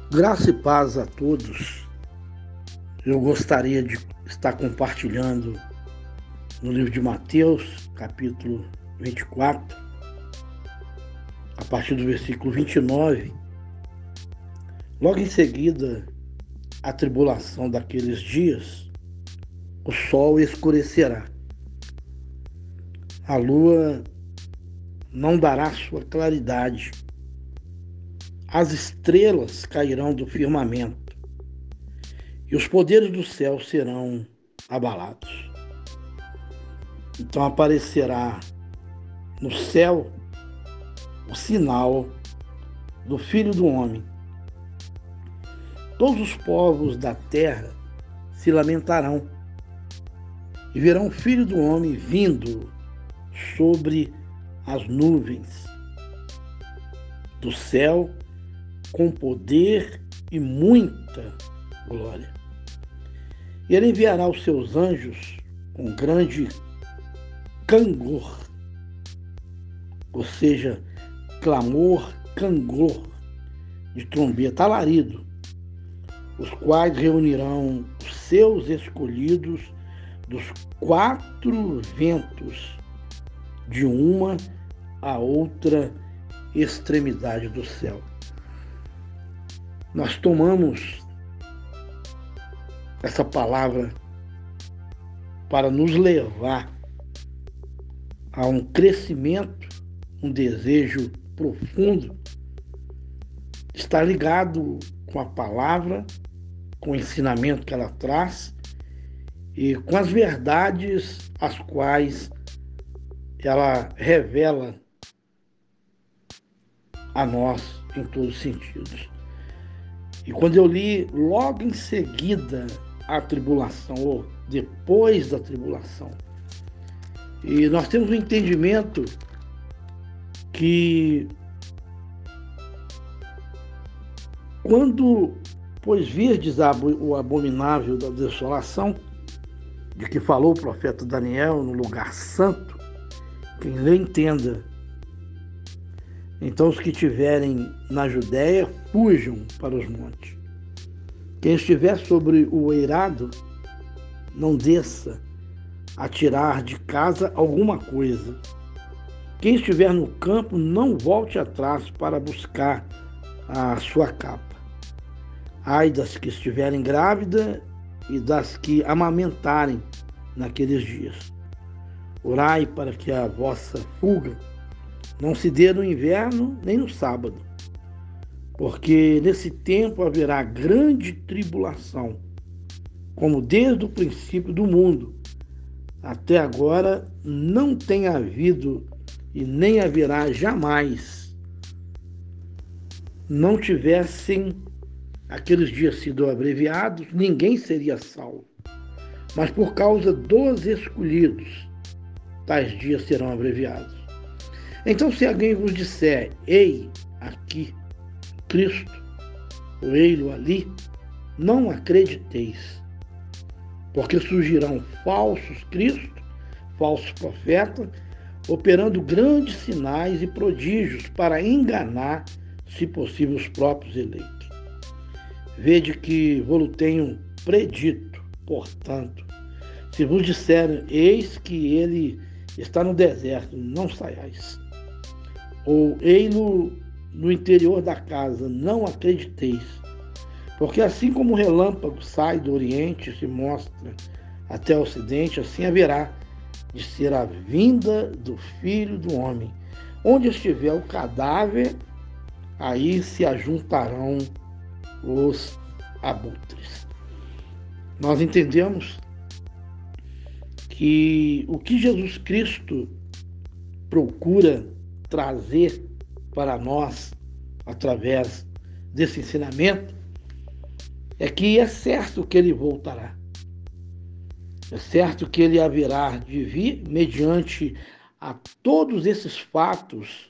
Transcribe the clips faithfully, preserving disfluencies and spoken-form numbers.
Graça e paz a todos. Eu gostaria de estar compartilhando no livro de Mateus, capítulo vinte e quatro, a partir do versículo vinte e nove. Logo em seguida, a tribulação daqueles dias, o sol escurecerá, a lua não dará sua claridade, as estrelas cairão do firmamento e os poderes do céu serão abalados. Então aparecerá no céu o sinal do Filho do Homem. Todos os povos da terra se lamentarão e verão o Filho do Homem vindo sobre as nuvens do céu com poder e muita glória. E ele enviará os seus anjos com grande cangor, ou seja, clamor, cangor de trombeta, alarido, os quais reunirão os seus escolhidos dos quatro ventos, de uma a outra extremidade do céu. Nós tomamos essa palavra para nos levar a um crescimento, um desejo profundo, está ligado com a palavra, com o ensinamento que ela traz e com as verdades as quais ela revela a nós em todos os sentidos. E quando eu li logo em seguida a tribulação, ou depois da tribulação, e nós temos um entendimento que quando, pois virdes o abominável da desolação, de que falou o profeta Daniel no lugar santo, quem lê entenda. Então os que estiverem na Judéia, fujam para os montes. Quem estiver sobre o eirado, não desça a tirar de casa alguma coisa. Quem estiver no campo, não volte atrás para buscar a sua capa. Ai das que estiverem grávidas e das que amamentarem naqueles dias. Orai para que a vossa fuga não se dê no inverno nem no sábado, porque nesse tempo haverá grande tribulação, como desde o princípio do mundo até agora não tem havido e nem haverá jamais. Não tivessem aqueles dias sido abreviados, ninguém seria salvo. Mas por causa dos escolhidos, tais dias serão abreviados. Então, se alguém vos disser, ei, aqui, Cristo, ou ei-lo ali, não acrediteis, porque surgirão falsos cristos, falsos profetas, operando grandes sinais e prodígios para enganar, se possível, os próprios eleitos. Vede que vos tenho predito, portanto, se vos disserem, eis que ele está no deserto, não saiais. Ou ei-lo no interior da casa, não acrediteis. Porque assim como o relâmpago sai do oriente e se mostra até o ocidente, assim haverá de ser a vinda do Filho do Homem. Onde estiver o cadáver, aí se ajuntarão os abutres. Nós entendemos que o que Jesus Cristo procura trazer para nós através desse ensinamento é que é certo que ele voltará. É certo que ele haverá de vir mediante a todos esses fatos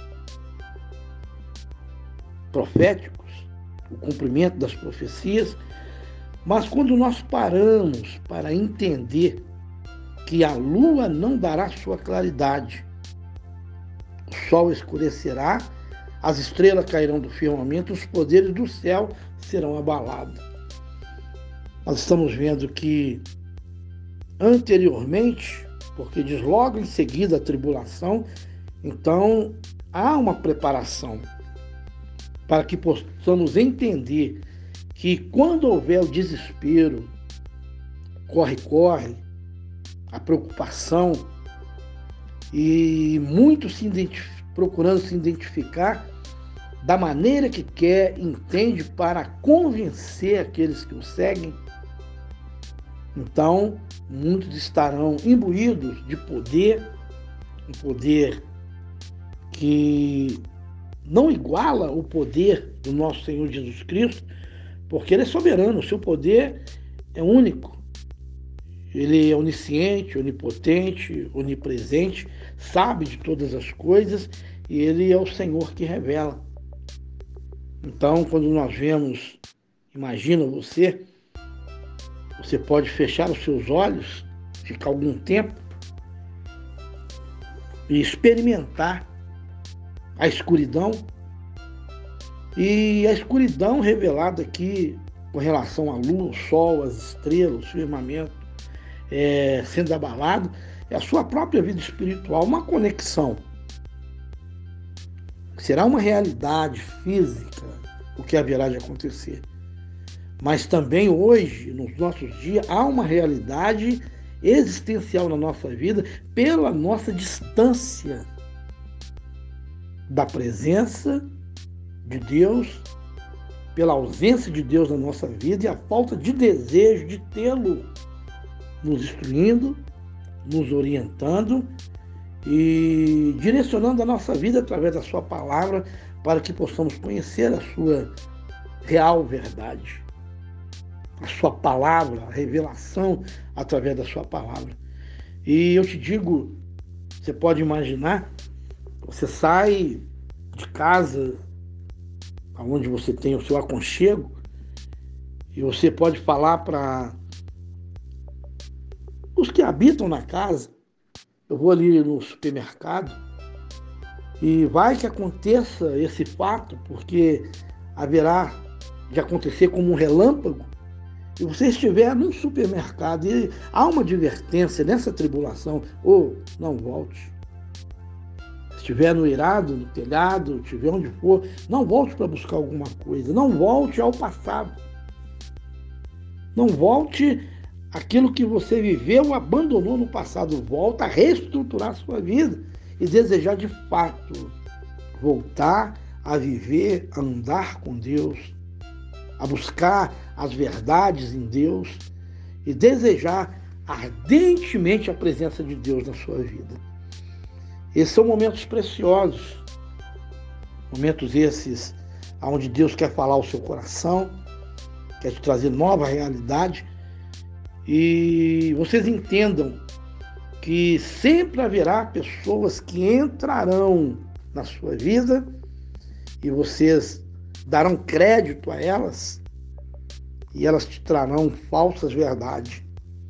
proféticos, o cumprimento das profecias, mas quando nós paramos para entender que a lua não dará sua claridade, o sol escurecerá, as estrelas cairão do firmamento, os poderes do céu serão abalados. Nós estamos vendo que anteriormente, porque diz logo em seguida a tribulação, então há uma preparação para que possamos entender que quando houver o desespero, corre-corre, a preocupação e muitos se procurando se identificar da maneira que quer, entende, para convencer aqueles que o seguem, então muitos estarão imbuídos de poder, um poder que não iguala o poder do nosso Senhor Jesus Cristo, porque Ele é soberano, o seu poder é único. Ele é onisciente, onipotente, onipresente, sabe de todas as coisas e Ele é o Senhor que revela. Então, quando nós vemos, imagina você, você pode fechar os seus olhos, ficar algum tempo e experimentar a escuridão. E a escuridão revelada aqui com relação à lua, ao sol, às estrelas, o firmamento, é, sendo abalado, é a sua própria vida espiritual, uma conexão. Será uma realidade física o que haverá de acontecer. Mas também hoje, nos nossos dias, há uma realidade existencial na nossa vida pela nossa distância da presença de Deus, pela ausência de Deus na nossa vida e a falta de desejo de tê-lo nos instruindo, nos orientando e direcionando a nossa vida através da sua palavra para que possamos conhecer a sua real verdade. A sua palavra, a revelação através da sua palavra. E eu te digo, você pode imaginar, você sai de casa, onde você tem o seu aconchego, e você pode falar para os que habitam na casa, eu vou ali no supermercado, e vai que aconteça esse fato, porque haverá de acontecer como um relâmpago, e você estiver num supermercado e há uma advertência nessa tribulação, ou oh, não volte. Se estiver no eirado, no telhado, estiver onde for, não volte para buscar alguma coisa, não volte ao passado. Não volte aquilo que você viveu, abandonou no passado, volta a reestruturar a sua vida e desejar de fato voltar a viver, a andar com Deus, a buscar as verdades em Deus e desejar ardentemente a presença de Deus na sua vida. Esses são momentos preciosos, momentos esses onde Deus quer falar ao seu coração, quer te trazer nova realidade, e vocês entendam que sempre haverá pessoas que entrarão na sua vida e vocês darão crédito a elas e elas te trarão falsas verdades.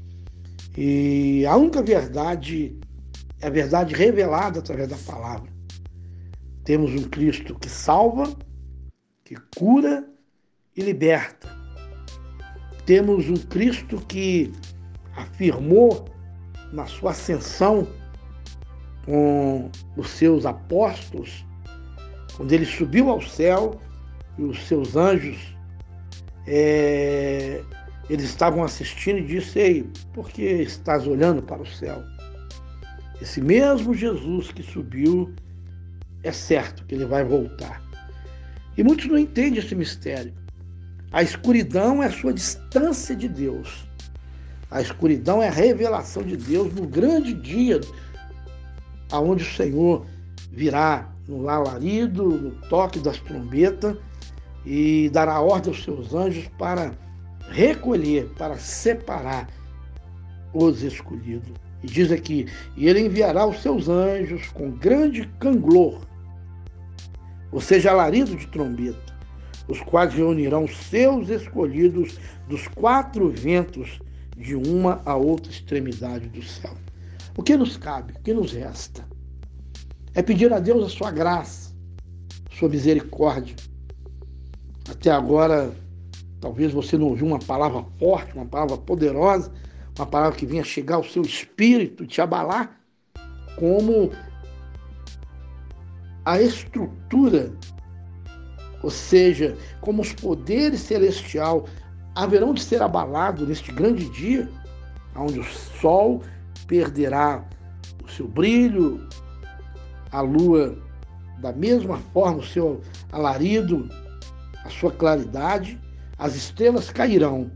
E a única verdade é a verdade revelada através da palavra. Temos um Cristo que salva, que cura e liberta. Temos um Cristo que afirmou na sua ascensão com os seus apóstolos, quando ele subiu ao céu e os seus anjos, é, eles estavam assistindo e disse: ei, por que estás olhando para o céu? Esse mesmo Jesus que subiu, é certo que ele vai voltar. E muitos não entendem esse mistério. A escuridão é a sua distância de Deus. A escuridão é a revelação de Deus no grande dia, aonde o Senhor virá no alarido, no toque das trombetas, e dará ordem aos seus anjos para recolher, para separar os escolhidos. E diz aqui: e ele enviará os seus anjos com grande canglor, ou seja, alarido de trombeta, os quais reunirão os seus escolhidos dos quatro ventos, de uma a outra extremidade do céu. O que nos cabe, o que nos resta? É pedir a Deus a sua graça, sua misericórdia. Até agora, talvez você não ouviu uma palavra forte, uma palavra poderosa, uma palavra que venha chegar ao seu espírito e te abalar, como a estrutura, ou seja, como os poderes celestiais haverão de ser abalados neste grande dia, onde o sol perderá o seu brilho, a lua da mesma forma, o seu alarido, a sua claridade, as estrelas cairão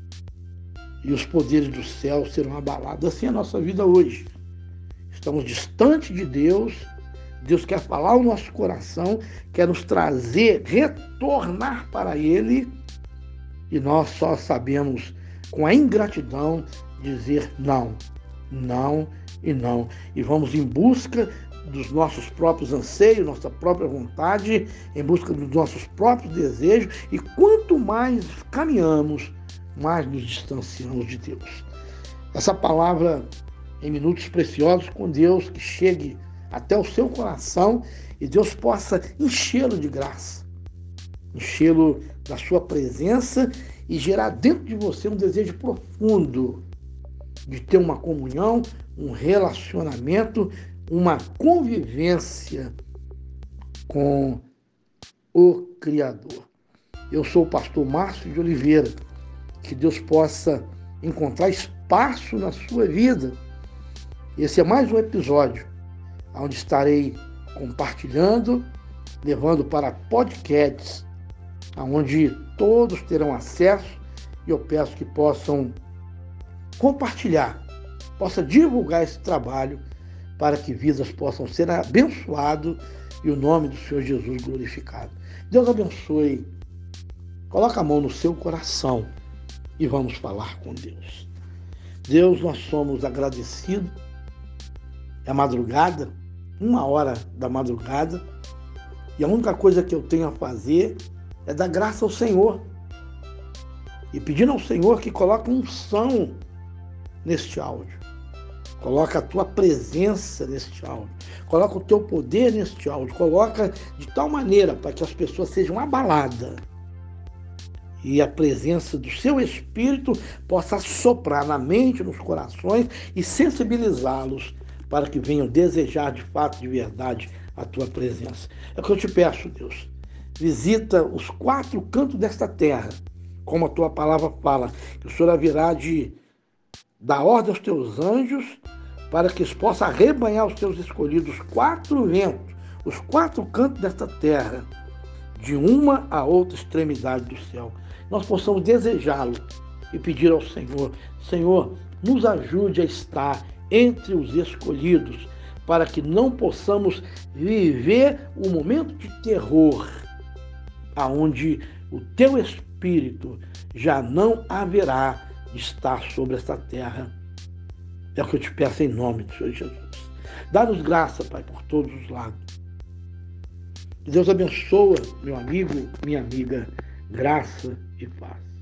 e os poderes do céu serão abalados. Assim é a nossa vida hoje. Estamos distante de Deus. Deus quer falar ao nosso coração, quer nos trazer, retornar para Ele, e nós só sabemos, com a ingratidão, dizer não, não e não. E vamos em busca dos nossos próprios anseios, nossa própria vontade, em busca dos nossos próprios desejos, e quanto mais caminhamos, mais nos distanciamos de Deus. Essa palavra em minutos preciosos com Deus, que chegue até o seu coração e Deus possa enchê-lo de graça, enchê-lo da sua presença e gerar dentro de você um desejo profundo de ter uma comunhão, um relacionamento, uma convivência com o Criador. Eu sou o pastor Márcio de Oliveira. Que Deus possa encontrar espaço na sua vida. Esse é mais um episódio onde estarei compartilhando, levando para podcasts, onde todos terão acesso, e eu peço que possam compartilhar, possam divulgar esse trabalho para que vidas possam ser abençoadas e o nome do Senhor Jesus glorificado. Deus abençoe. Coloca a mão no seu coração e vamos falar com Deus. Deus, nós somos agradecidos. É madrugada, uma hora da madrugada, e a única coisa que eu tenho a fazer é dar graça ao Senhor e pedindo ao Senhor que coloque unção neste áudio. Coloca a tua presença neste áudio. Coloca o teu poder neste áudio. Coloca de tal maneira para que as pessoas sejam abaladas e a presença do seu Espírito possa soprar na mente, nos corações e sensibilizá-los para que venham desejar de fato, de verdade, a tua presença. É o que eu te peço, Deus. Visita os quatro cantos desta terra, como a tua palavra fala, que o Senhor haverá de dar ordem aos teus anjos para que eles possam arrebanhar os teus escolhidos, quatro ventos, os quatro cantos desta terra, de uma a outra extremidade do céu. Nós possamos desejá-lo e pedir ao Senhor: Senhor, nos ajude a estar entre os escolhidos, para que não possamos viver o momento de terror, aonde o teu Espírito já não haverá de estar sobre esta terra. É o que eu te peço em nome do Senhor Jesus. Dá-nos graça, Pai, por todos os lados. Deus abençoa, meu amigo, minha amiga, graça e paz.